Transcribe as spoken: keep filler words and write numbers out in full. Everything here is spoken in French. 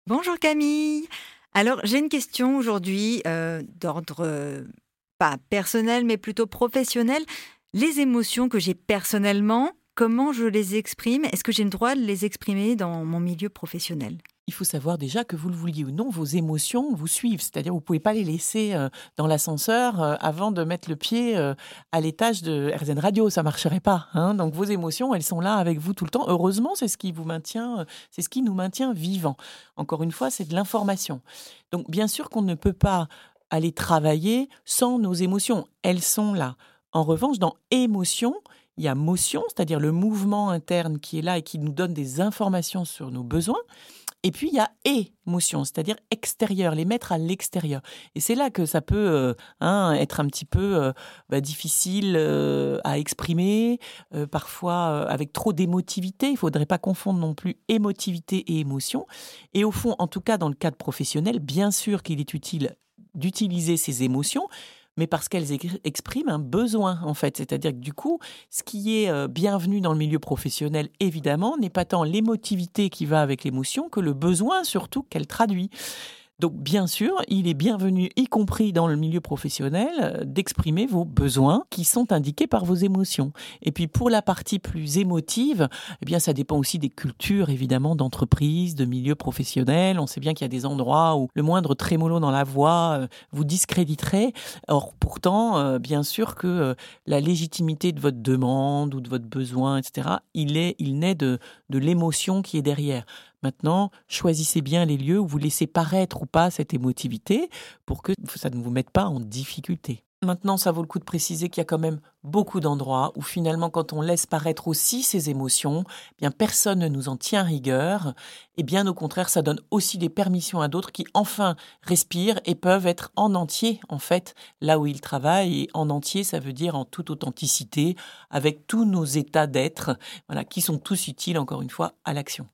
Bonjour Camille. Alors j'ai une question aujourd'hui euh, d'ordre euh, pas personnel mais plutôt professionnel. Les émotions que j'ai personnellement, comment je les exprime? Est-ce que j'ai le droit de les exprimer dans mon milieu professionnel? Il faut savoir déjà que vous le vouliez ou non, vos émotions vous suivent. C'est-à-dire, vous ne pouvez pas les laisser euh, dans l'ascenseur euh, avant de mettre le pied euh, à l'étage de R Z N Radio. Ça ne marcherait pas, hein. Donc, vos émotions, elles sont là avec vous tout le temps. Heureusement, c'est ce qui vous maintient, euh, c'est ce qui nous maintient vivants. Encore une fois, c'est de l'information. Donc, bien sûr qu'on ne peut pas aller travailler sans nos émotions. Elles sont là. En revanche, dans émotion, il y a motion, c'est-à-dire le mouvement interne qui est là et qui nous donne des informations sur nos besoins. Et puis, il y a émotion, c'est-à-dire extérieur, les mettre à l'extérieur. Et c'est là que ça peut euh, hein, être un petit peu euh, bah, difficile euh, à exprimer, euh, parfois euh, avec trop d'émotivité. Il ne faudrait pas confondre non plus émotivité et émotion. Et au fond, en tout cas dans le cadre professionnel, bien sûr qu'il est utile d'utiliser ces émotions, mais parce qu'elles ex- expriment un besoin, en fait. C'est-à-dire que du coup, ce qui est euh, bienvenu dans le milieu professionnel, évidemment, n'est pas tant l'émotivité qui va avec l'émotion que le besoin, surtout, qu'elle traduit. Donc, bien sûr, il est bienvenu, y compris dans le milieu professionnel, euh, d'exprimer vos besoins qui sont indiqués par vos émotions. Et puis, pour la partie plus émotive, eh bien, ça dépend aussi des cultures, évidemment, d'entreprise, de milieu professionnel. On sait bien qu'il y a des endroits où le moindre trémolo dans la voix euh, vous discréditerait. Or, pourtant, euh, bien sûr que euh, la légitimité de votre demande ou de votre besoin, et cetera, il est, il naît de, de l'émotion qui est derrière. Maintenant, choisissez bien les lieux où vous laissez paraître ou pas cette émotivité pour que ça ne vous mette pas en difficulté. Maintenant, ça vaut le coup de préciser qu'il y a quand même beaucoup d'endroits où finalement, quand on laisse paraître aussi ces émotions, eh bien personne ne nous en tient rigueur. Et bien au contraire, ça donne aussi des permissions à d'autres qui enfin respirent et peuvent être en entier, en fait, là où ils travaillent. Et en entier, ça veut dire en toute authenticité, avec tous nos états d'être, voilà, qui sont tous utiles, encore une fois, à l'action.